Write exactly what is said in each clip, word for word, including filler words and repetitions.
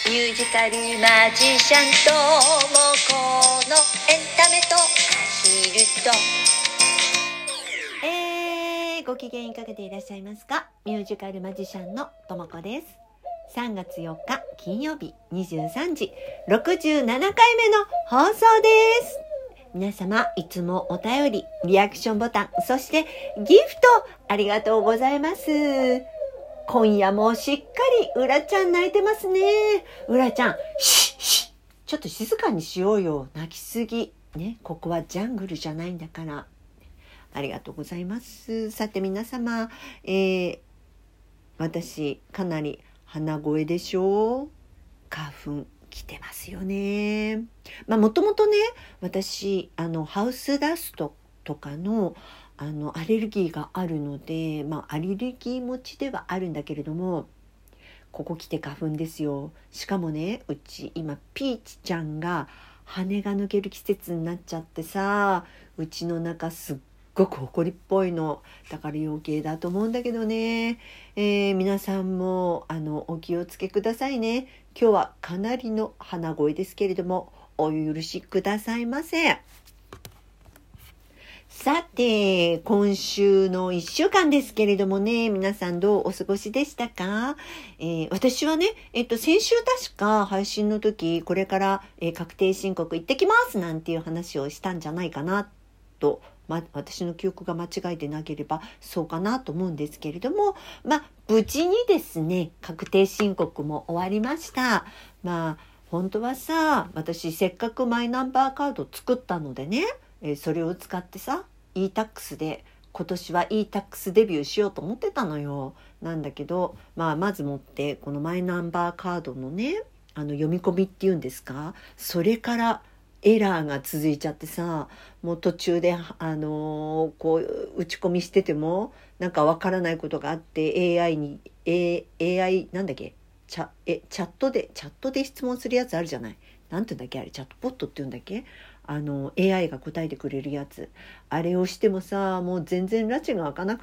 ミュージカルマジシャンともこのエンタメと走ると。えー、ご機嫌いかがでいらっしゃいますか？ミュージカルマジシャンのともこです。さんがつよっか金曜日にじゅうさんじろくじゅうななかいめの放送です。皆様いつもお便り、リアクションボタン、そしてギフトありがとうございます。今夜もしっかりうらちゃん泣いてますね。うらちゃん、シッシッ、ちょっと静かにしようよ。泣きすぎね。ここはジャングルじゃないんだから。ありがとうございます。さて皆様、えー、私かなり鼻声でしょう。花粉来てますよね。まあもともとね、私あのハウスダストとかのあのアレルギーがあるので、まあアレルギー持ちではあるんだけれども、ここ来て花粉ですよ。しかもね、うち今ピーチちゃんが羽が抜ける季節になっちゃってさ、うちの中すっごく埃っぽいのだから余計だと思うんだけどね、えー、皆さんもあのお気をつけくださいね。今日はかなりの鼻声ですけれどもお許しくださいませ。さて今週のいっしゅうかんですけれどもね、皆さんどうお過ごしでしたか？えー、私はね、えっと先週確か配信の時これから、えー、確定申告行ってきますなんていう話をしたんじゃないかなと、ま、私の記憶が間違えてなければそうかなと思うんですけれども、まあ無事にですね確定申告も終わりました。まあ本当はさ、私せっかくマイナンバーカード作ったのでね、えー、それを使ってさ e タックスで今年は e タックスデビューしようと思ってたのよ。なんだけど、まあ、まずもってこのマイナンバーカードのねあの読み込みっていうんですか、それからエラーが続いちゃってさ、もう途中で、あのー、こう打ち込みしててもなんかわからないことがあって エーアイ に、A、エーアイ なんだっけチャえチャットでチャットで質問するやつあるじゃない。なんていうんだっけあれ、チャットポットっていうんだっけ、あの エーアイ が答えてくれるやつ、あれをしてもさもう全然拉致が開かなくって、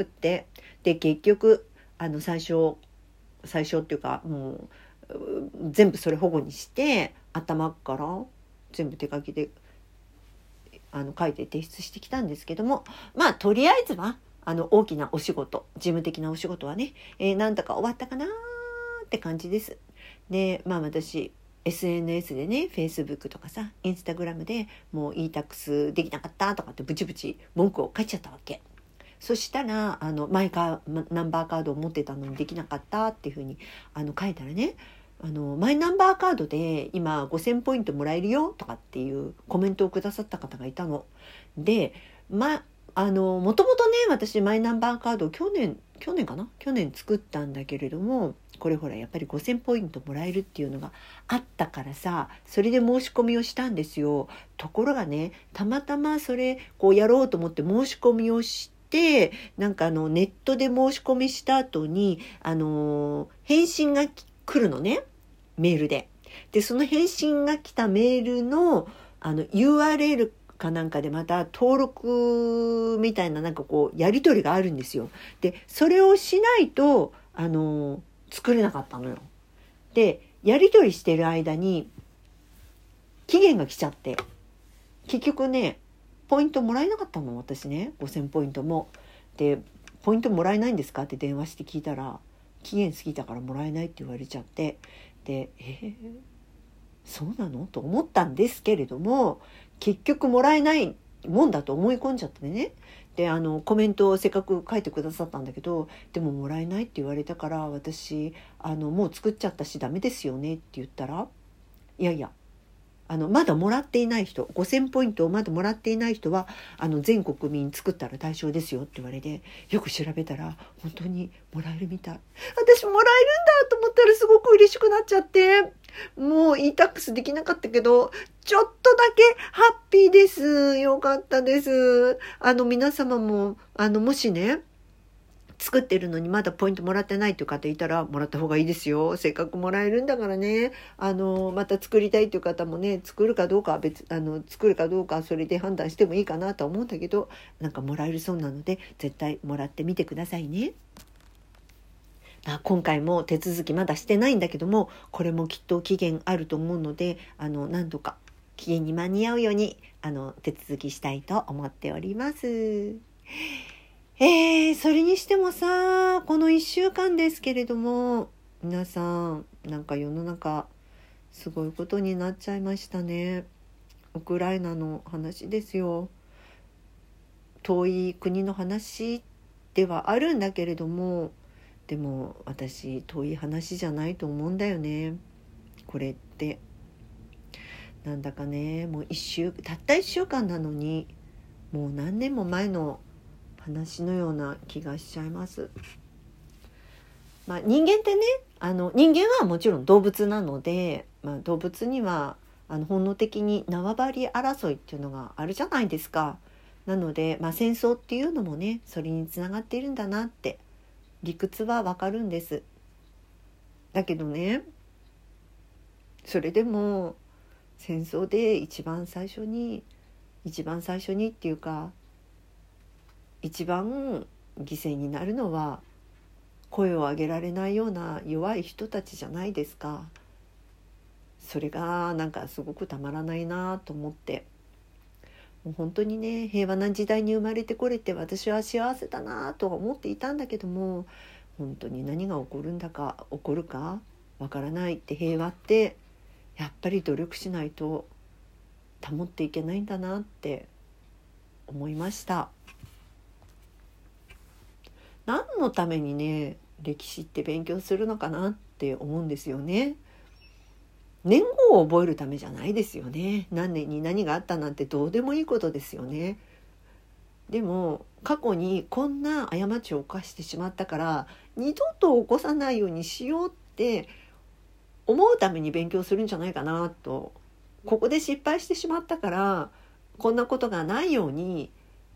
で結局あの最初最初っていうかもう全部それ保護にして頭から全部手書きであの書いて提出してきたんですけども、まあとりあえずはあの大きなお仕事、事務的なお仕事はね、えー、なんとか終わったかなって感じです。でまあ私 エスエヌエス でね Facebook とかさ Instagram でもう e タックスできなかったとかってブチブチ文句を書いちゃったわけ。そしたらあのマイカナンバーカードを持ってたのにできなかったっていうふうにあの書いたらね、あのマイナンバーカードで今ごせんポイントもらえるよとかっていうコメントをくださった方がいたので、まあのもともとね私マイナンバーカードを去年去年かな去年作ったんだけれども、これほらやっぱりごせんポイントもらえるっていうのがあったからさ、それで申し込みをしたんですよ。ところがねたまたまそれこうやろうと思って申し込みをしてなんかあのネットで申し込みした後にあの返信が来るのね、メールで。でその返信が来たメールのあの ユーアールエル かなんかでまた登録みたいななんかこうやり取りがあるんですよ。でそれをしないとあの作れなかったのよ。でやり取りしてる間に期限が来ちゃって結局ねポイントもらえなかったの私ね、ごせんポイントも。でポイントもらえないんですかって電話して聞いたら期限過ぎたからもらえないって言われちゃって、でえー、そうなのと思ったんですけれども、結局もらえないもんだと思い込んじゃってね。であのコメントをせっかく書いてくださったんだけど、でももらえないって言われたから私あのもう作っちゃったしダメですよねって言ったら、いやいやあのまだもらっていない人、ごせんポイントをまだもらっていない人はあの全国民作ったら対象ですよって言われて、よく調べたら本当にもらえるみたい。私もらえるんだと思ったらすごく嬉しくなっちゃって、もう e タックスできなかったけどちょっとだけハッピーです。よかったです。あの皆様もあのもしね作ってるのにまだポイントもらってないという方いたらもらった方がいいですよ。せっかくもらえるんだからね。あのまた作りたいという方もね、作るかどうかは別あの作るかどうかはそれで判断してもいいかなと思うんだけど、なんかもらえるそうなので絶対もらってみてくださいね。 あ今回も手続きまだしてないんだけども、これもきっと期限あると思うので、あの何度か期限に間に合うようにあの手続きしたいと思っております。えー、それにしてもさ、このいっしゅうかんですけれども、皆さんなんか世の中すごいことになっちゃいましたね。ウクライナの話ですよ。遠い国の話ではあるんだけれども、でも私遠い話じゃないと思うんだよね。これってなんだかね、もう一週たったいっしゅうかんなのにもう何年も前の話のような気がしちゃいます。まあ、人間ってね、あの人間はもちろん動物なので、まあ、動物にはあの本能的に縄張り争いっていうのがあるじゃないですか。なので、まあ、戦争っていうのもねそれにつながっているんだなって理屈はわかるんです。だけどね、それでも戦争で一番最初に一番最初にっていうか一番犠牲になるのは声を上げられないような弱い人たちじゃないですか。それがなんかすごくたまらないなと思って、もう本当にね平和な時代に生まれてこれて私は幸せだなとは思っていたんだけども、本当に何が起こるんだか起こるかわからないって、平和ってやっぱり努力しないと保っていけないんだなって思いました。何のためにね歴史って勉強するのかなって思うんですよね。年号を覚えるためじゃないですよね。何年に何があったなんてどうでもいいことですよね。でも過去にこんな過ちを犯してしまったから二度と起こさないようにしようって思うために勉強するんじゃないかなと。ここで失敗してしまったからこんなことがないように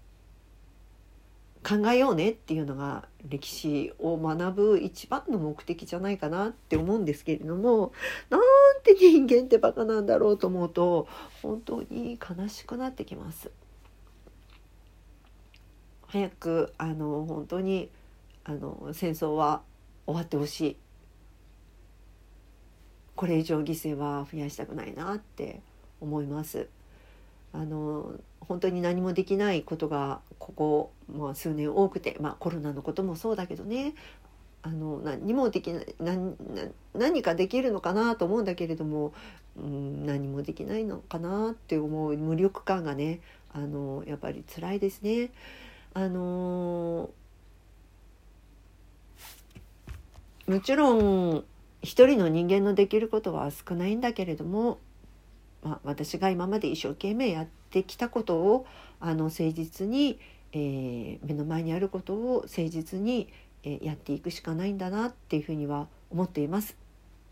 考えようねっていうのが歴史を学ぶ一番の目的じゃないかなって思うんですけれども、なんて人間ってバカなんだろうと思うと本当に悲しくなってきます。早くあの本当にあの戦争は終わってほしい。これ以上犠牲は増やしたくないなって思います。あの本当に何もできないことがここ、まあ、数年多くて、まあ、コロナのこともそうだけどね、あの何もできない 何, 何かできるのかなと思うんだけれども、うん、何もできないのかなって思う無力感がね、あのやっぱり辛いですね。あのもちろん一人の人間のできることは少ないんだけれども、まあ、私が今まで一生懸命やってきたことをあの誠実に、えー、目の前にあることを誠実に、えー、やっていくしかないんだなっていうふうには思っています。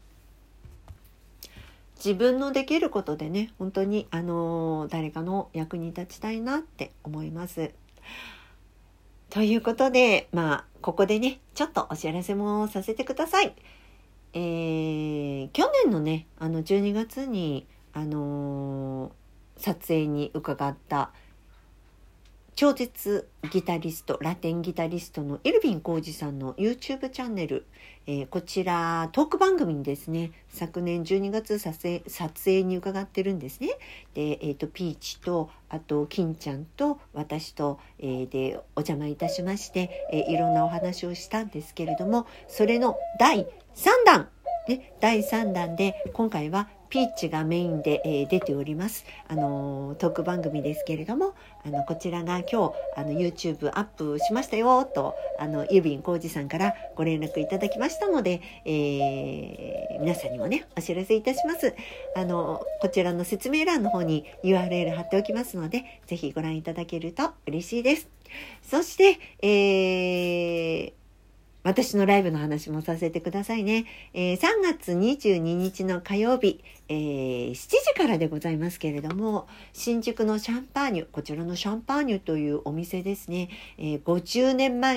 自分のできることでね本当に、あのー、誰かの役に立ちたいなって思います。ということで、まあここでねちょっとお知らせもさせてください。えー、去年のねあのじゅうにがつにあのー、撮影に伺った超絶ギタリストラテンギタリストのイルヴィン浩二さんの YouTube チャンネル、えー、こちらトーク番組にですね昨年じゅうにがつ撮影、撮影に伺ってるんですね。で、えー、とピーチとあと金ちゃんと私と、えー、でお邪魔いたしまして、えー、いろんなお話をしたんですけれども、それのだいさんだん、ね、だいさんだんで今回はピーチがメインで、えー、出ております。あのー、トーク番組ですけれども、あのこちらが今日あの YouTube アップしましたよとあのイルヴィン浩二さんからご連絡いただきましたので、えー、皆さんにもねお知らせいたします。あのこちらの説明欄の方に ユーアールエル 貼っておきますので、ぜひご覧いただけると嬉しいです。そして、えー私のライブの話もさせてくださいね。えー、さんがつにじゅうににちの火曜日、えー、しちじからでございますけれども、新宿のシャンパーニュ、こちらのシャンパーニュというお店ですね、えー、ごじゅうねんまえの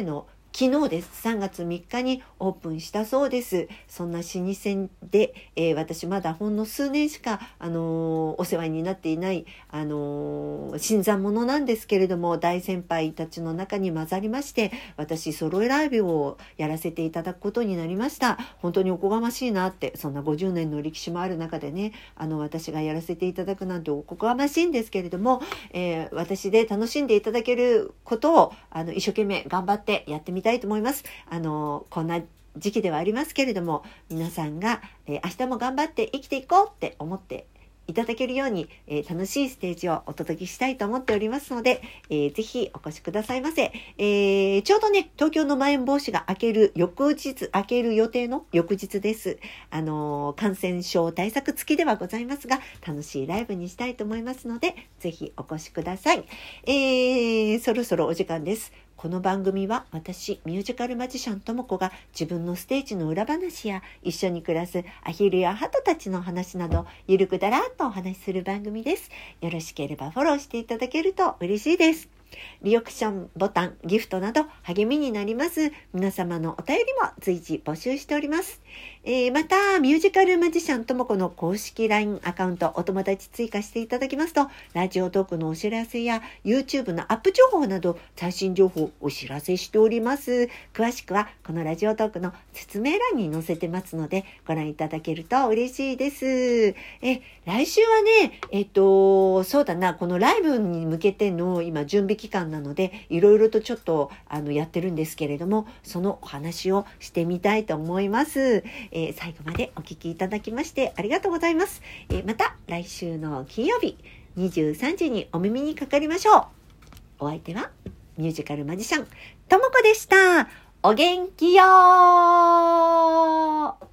昨日です。さんがつみっかにオープンしたそうです。そんな老舗で、えー、私まだほんの数年しか、あのー、お世話になっていない、あのー、新参者なんですけれども、大先輩たちの中に混ざりまして、私ソロライブをやらせていただくことになりました。本当におこがましいなって、そんなごじゅうねんの歴史もある中でね、あの私がやらせていただくなんておこがましいんですけれども、えー、私で楽しんでいただけることをあの一生懸命頑張ってやってみたいと思います。あのこんな時期ではありますけれども、皆さんが、えー、明日も頑張って生きていこうって思っていただけるように、えー、楽しいステージをお届けしたいと思っておりますので、えー、ぜひお越しくださいませ。えー、ちょうどね、東京のまん延防止が明ける翌日、明ける予定の翌日です。あのー、感染症対策付きではございますが、楽しいライブにしたいと思いますので、ぜひお越しください。えー、そろそろお時間です。この番組は私、ミュージカルマジシャンともこが自分のステージの裏話や一緒に暮らすアヒルやハトたちの話などゆるくだらっとお話しする番組です。よろしければフォローしていただけると嬉しいです。リアクションボタン、ギフトなど励みになります。皆様のお便りも随時募集しております。えー、また、ミュージカルマジシャンともこの公式 ライン アカウントお友達追加していただきますと、ラジオトークのお知らせや YouTube のアップ情報など最新情報をお知らせしております。詳しくはこのラジオトークの説明欄に載せてますのでご覧いただけると嬉しいです。え、来週はね、えっと、そうだな、このライブに向けての今準備期間なので、いろいろとちょっとあのやってるんですけれども、そのお話をしてみたいと思います。えー、最後までお聞きいただきましてありがとうございます。えー、また来週の金曜日にじゅうさんじにお耳にかかりましょう。お相手はミュージカルマジシャンともこでした。お元気よー。